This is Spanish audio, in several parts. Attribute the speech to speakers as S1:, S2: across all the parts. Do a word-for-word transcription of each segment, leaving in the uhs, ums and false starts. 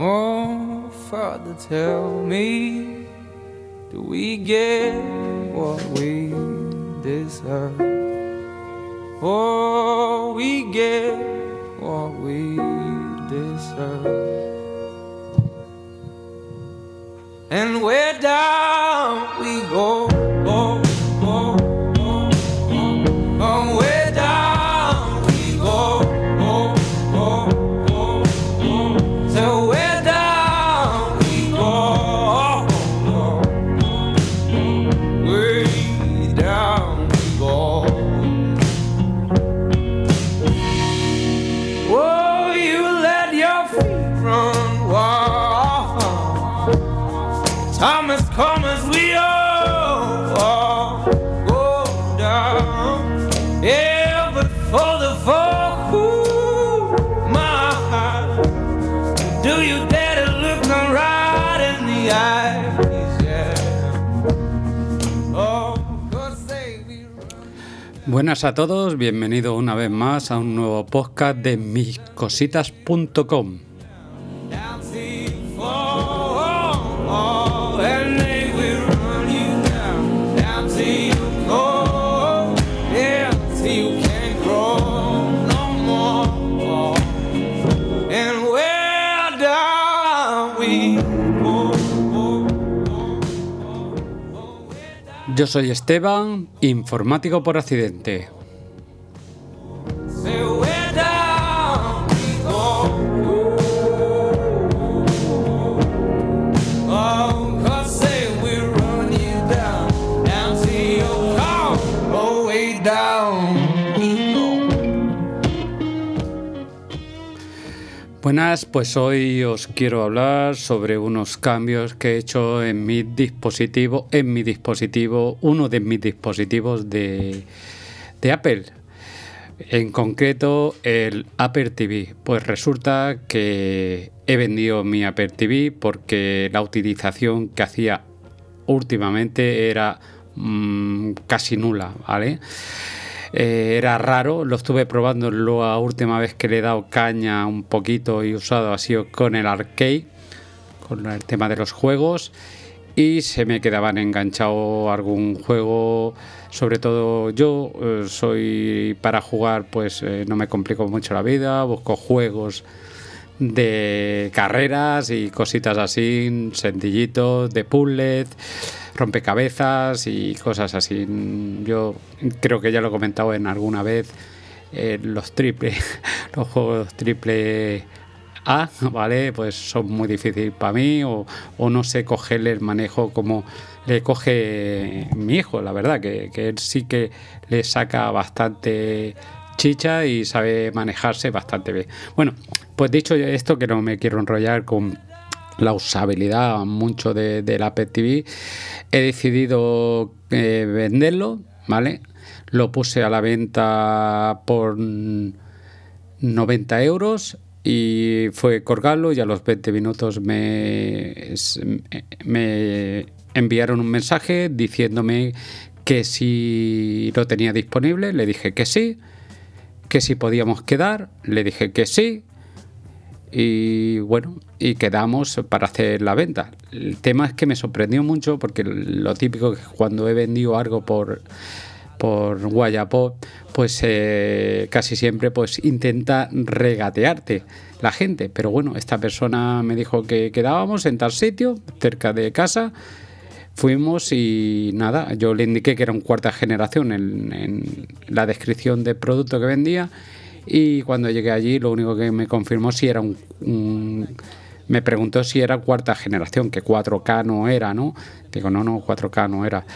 S1: Oh, Father, tell me, do we get what we deserve? Oh, we get what we deserve. And where down we go, oh, oh, oh, oh, oh, where down we go, oh, oh, oh, oh, so where down we go, oh, oh, oh, way down we go. Oh, you let your feet run wild. Time has come as we all, all go down. Yeah, but for the fall, ooh, my heart, do you dare to look them right in the eyes? Yeah. Oh, 'cause they be running.
S2: Buenas a todos, bienvenido una vez más a un nuevo podcast de mis cositas punto com.
S1: Down till you fall, oh, oh, and they will run you down, down till you go, yeah, till you can't grow no more, oh, and where down we go, oh, oh, oh, oh, where down.
S2: Yo soy Esteban, informático por accidente.
S1: Say where down we go, oh, 'cause say we run you down, down to your car, oh, way down we go.
S2: Buenas, pues hoy os quiero hablar sobre unos cambios que he hecho en mi dispositivo, en mi dispositivo, uno de mis dispositivos de, de Apple. En concreto, el Apple T V. Pues resulta que he vendido mi Apple T V porque la utilización que hacía últimamente era mmm, casi nula, ¿vale? Eh, era raro, lo estuve probando la última vez que le he dado caña un poquito y usado ha sido con el arcade, con el tema de los juegos, y se me quedaban enganchado algún juego. Sobre todo yo eh, soy para jugar, pues eh, no me complico mucho la vida, busco juegos de carreras y cositas así, sencillitos, de puzzles, rompecabezas y cosas así. Yo creo que ya lo he comentado en alguna vez, eh, los triple, los juegos triple A, ¿vale? Pues son muy difíciles para mí, o, o no sé cogerle el manejo como le coge mi hijo, la verdad, que, que él sí que le saca bastante chicha y sabe manejarse bastante bien. Bueno, pues dicho esto, que no me quiero enrollar con la usabilidad mucho de, del Apple T V, he decidido eh, venderlo, ¿vale? Lo puse a la venta por noventa euros y fue colgarlo, y a los veinte minutos me, me enviaron un mensaje diciéndome que si lo tenía disponible. Le dije que sí, que si podíamos quedar, le dije que sí, y bueno, y quedamos para hacer la venta. El tema es que me sorprendió mucho, porque lo típico que cuando he vendido algo por por Wallapop, pues eh, casi siempre pues intenta regatearte la gente, pero bueno, esta persona me dijo que quedábamos en tal sitio cerca de casa. Fuimos y nada, yo le indiqué que era un cuarta generación en, en la descripción del producto que vendía, y cuando llegué allí lo único que me confirmó si era un, un me preguntó si era cuarta generación, que cuatro K no era, ¿no? Digo, no, no, cuatro K no era.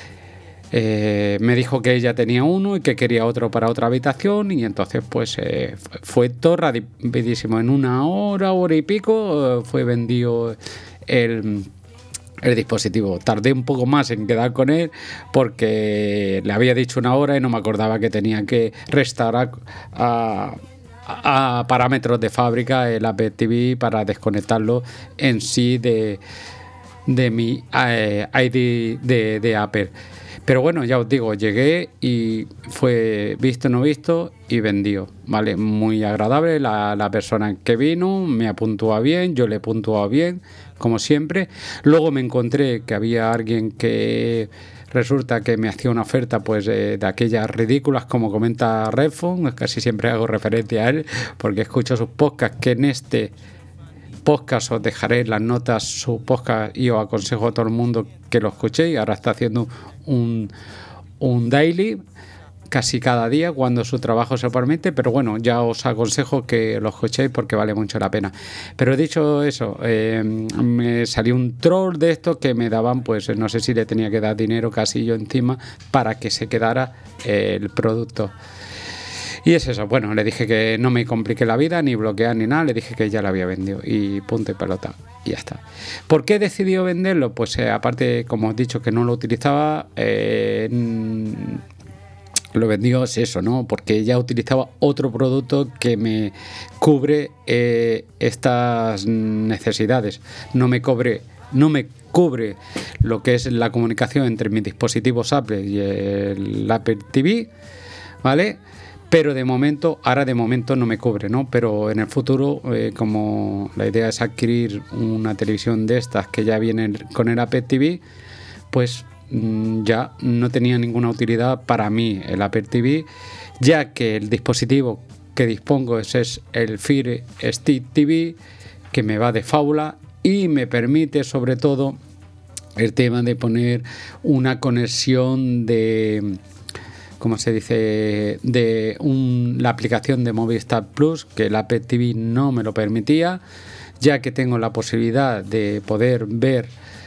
S2: Eh, me dijo que ella tenía uno y que quería otro para otra habitación, y entonces pues eh, fue todo rapidísimo. En una hora, hora y pico eh, fue vendido el el dispositivo. Tardé un poco más en quedar con él porque le había dicho una hora y no me acordaba que tenía que restaurar a, a, a parámetros de fábrica el Apple T V para desconectarlo en sí de, de mi eh, I D de, de Apple. Pero bueno, ya os digo, llegué y fue visto no visto y vendido, ¿vale? Muy agradable, la, la persona que vino me ha puntuado bien, yo le he puntuado bien, como siempre. Luego me encontré que había alguien que resulta que me hacía una oferta pues eh, de aquellas ridículas, como comenta Redphone, casi siempre hago referencia a él porque escucho sus podcasts, que en este podcast os dejaré las notas su podcast y os aconsejo a todo el mundo que lo escuchéis. Ahora está haciendo un, un daily casi cada día cuando su trabajo se lo permite, pero bueno, ya os aconsejo que lo escuchéis porque vale mucho la pena. Pero dicho eso, eh, me salió un troll de estos que me daban, pues no sé si le tenía que dar dinero casi yo encima para que se quedara eh, el producto. Y es eso, bueno, le dije que no me complique la vida, ni bloquear ni nada, le dije que ya lo había vendido y punto y pelota, y ya está. ¿Por qué decidió venderlo? Pues eh, aparte, como os he dicho, que no lo utilizaba, eh, lo vendió es eso, ¿no? Porque ya utilizaba otro producto que me cubre eh, estas necesidades, no me cobre, no me cubre lo que es la comunicación entre mis dispositivos Apple y el Apple T V, ¿vale? Pero de momento, ahora de momento no me cubre, ¿no? Pero en el futuro, eh, como la idea es adquirir una televisión de estas que ya vienen con el Apple T V, pues mmm, ya no tenía ninguna utilidad para mí el Apple T V, ya que el dispositivo que dispongo es, es el Fire Stick T V, que me va de fábula y me permite sobre todo el tema de poner una conexión de... como se dice, de un, la aplicación de Movistar Plus, que el Apple T V no me lo permitía, ya que tengo la posibilidad de poder ver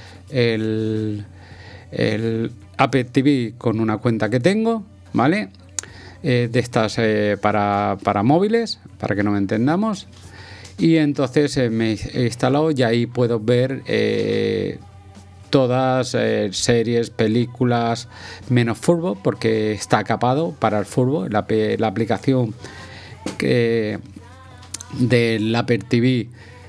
S2: el, el Apple T V con una cuenta que tengo, ¿vale? Eh, de estas eh, para, para móviles, para que no me entendamos. Y entonces eh, me he instalado y ahí puedo ver... Eh, todas eh, series, películas, menos fútbol, porque está capado para el fútbol. La, la aplicación que del Apple T V,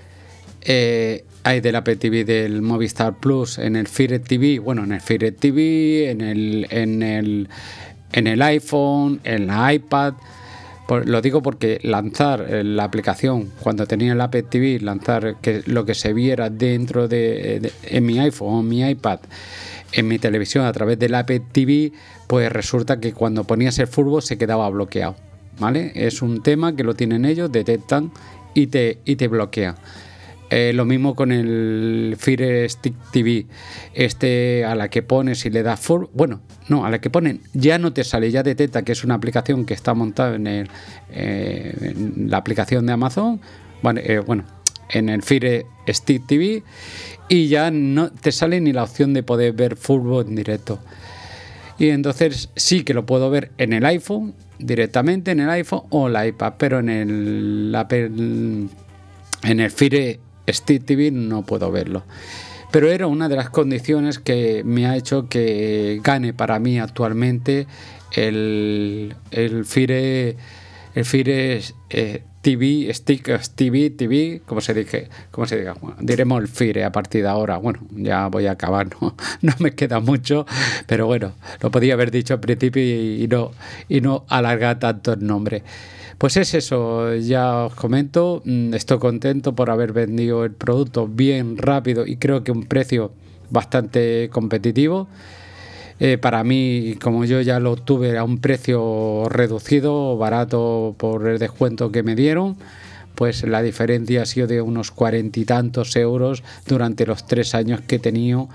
S2: eh, hay del Apple T V del Movistar Plus en el Fire T V, bueno, en el Fire T V, en el, en el, en el iPhone, en la iPad. Por, lo digo porque lanzar la aplicación cuando tenía el Apple T V, lanzar que lo que se viera dentro de, de en mi iPhone o en mi iPad, en mi televisión a través del Apple T V, pues resulta que cuando ponías el fútbol se quedaba bloqueado, ¿vale? Es un tema que lo tienen ellos, detectan y te, y te bloquean. Eh, lo mismo con el Fire Stick T V, este a la que pones y le das full, bueno, no, a la que ponen ya no te sale, ya detecta que es una aplicación que está montada en, el, eh, en la aplicación de Amazon, bueno, eh, bueno, en el Fire Stick T V, y ya no te sale ni la opción de poder ver fútbol en directo. Y entonces sí que lo puedo ver en el iPhone, directamente en el iPhone o la iPad, pero en el Apple, en el Fire Stick T V no puedo verlo. Pero era una de las condiciones que me ha hecho que gane para mí actualmente el, el Fire, el Fire eh, T V, Stick T V, T V, como se dice, como se diga, bueno, diremos el Fire a partir de ahora. Bueno, ya voy a acabar, no, no me queda mucho, pero bueno, lo podía haber dicho al principio y, y no, y no alargar tanto el nombre. Pues es eso, ya os comento, estoy contento por haber vendido el producto bien rápido y creo que un precio bastante competitivo. Eh, para mí, como yo ya lo obtuve a un precio reducido, barato por el descuento que me dieron, pues la diferencia ha sido de unos cuarenta y tantos euros durante los tres años que he tenido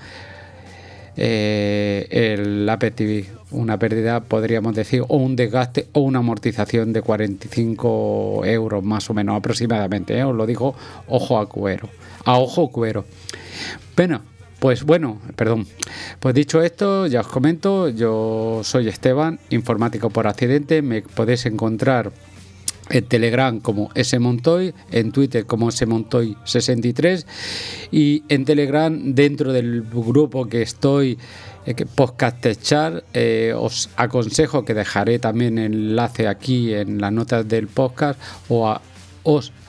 S2: eh, el Apple T V. Una pérdida, podríamos decir, o un desgaste o una amortización de cuarenta y cinco euros más o menos aproximadamente, ¿eh? Os lo digo ojo a cuero, a ojo cuero. Bueno, pues bueno, perdón. Pues dicho esto, ya os comento, yo soy Esteban, informático por accidente. Me podéis encontrar en Telegram como smontoy, en Twitter como smontoy sesenta y tres y en Telegram, dentro del grupo que estoy, eh, Podcast Chat, eh, os aconsejo que dejaré también el enlace aquí en las notas del podcast, o a, os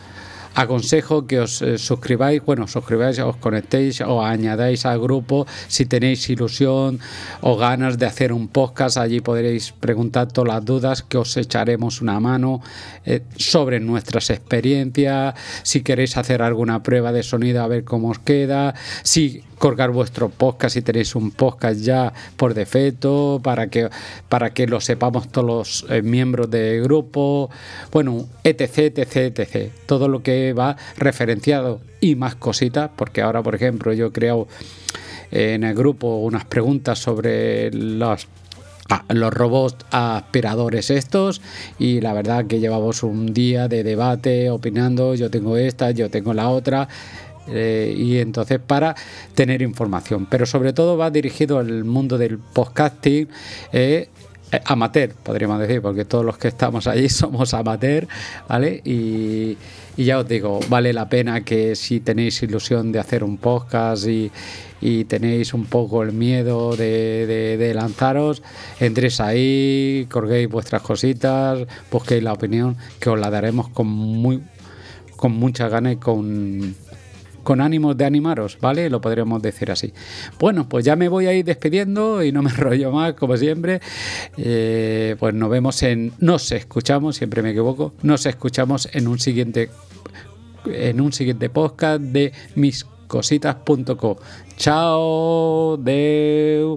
S2: aconsejo que os eh, suscribáis, bueno, suscribáis, os conectéis o añadáis al grupo si tenéis ilusión o ganas de hacer un podcast. Allí podréis preguntar todas las dudas, que os echaremos una mano eh, sobre nuestras experiencias. Si queréis hacer alguna prueba de sonido, a ver cómo os queda, si colgar vuestro podcast, si tenéis un podcast ya por defecto, para que para que lo sepamos todos los eh, miembros del grupo, bueno, etc, etc, etc, todo lo que va referenciado y más cositas, porque ahora, por ejemplo, yo he creado eh, en el grupo unas preguntas sobre los Ah, los robots aspiradores estos, y la verdad que llevamos un día de debate opinando, yo tengo esta, yo tengo la otra, eh, y entonces para tener información, pero sobre todo va dirigido al mundo del podcasting eh, amateur, podríamos decir, porque todos los que estamos allí somos amateur, ¿vale? Y, y ya os digo, vale la pena que si tenéis ilusión de hacer un podcast y y tenéis un poco el miedo de, de, de lanzaros, entréis ahí, colguéis vuestras cositas, busquéis la opinión, que os la daremos con muy con mucha ganas y con, con ánimos de animaros, ¿vale? Lo podríamos decir así. Bueno, pues ya me voy a ir despidiendo y no me enrollo más, como siempre. Eh, pues nos vemos en... Nos escuchamos, siempre me equivoco, nos escuchamos en un siguiente en un siguiente podcast de mis cositas punto com. Chao, deu.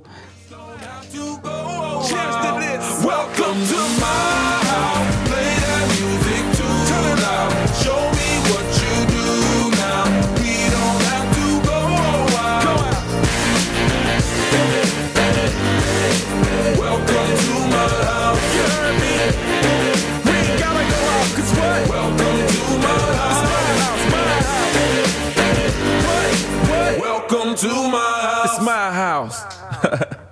S1: Welcome to my house. Play that music too loud. Show me what you do now. We don't have to go out. Welcome to my house. You heard me? We ain't gotta go out, 'cause what? Welcome to my house. It's my house, my house. What? What? Welcome to my house. It's my house.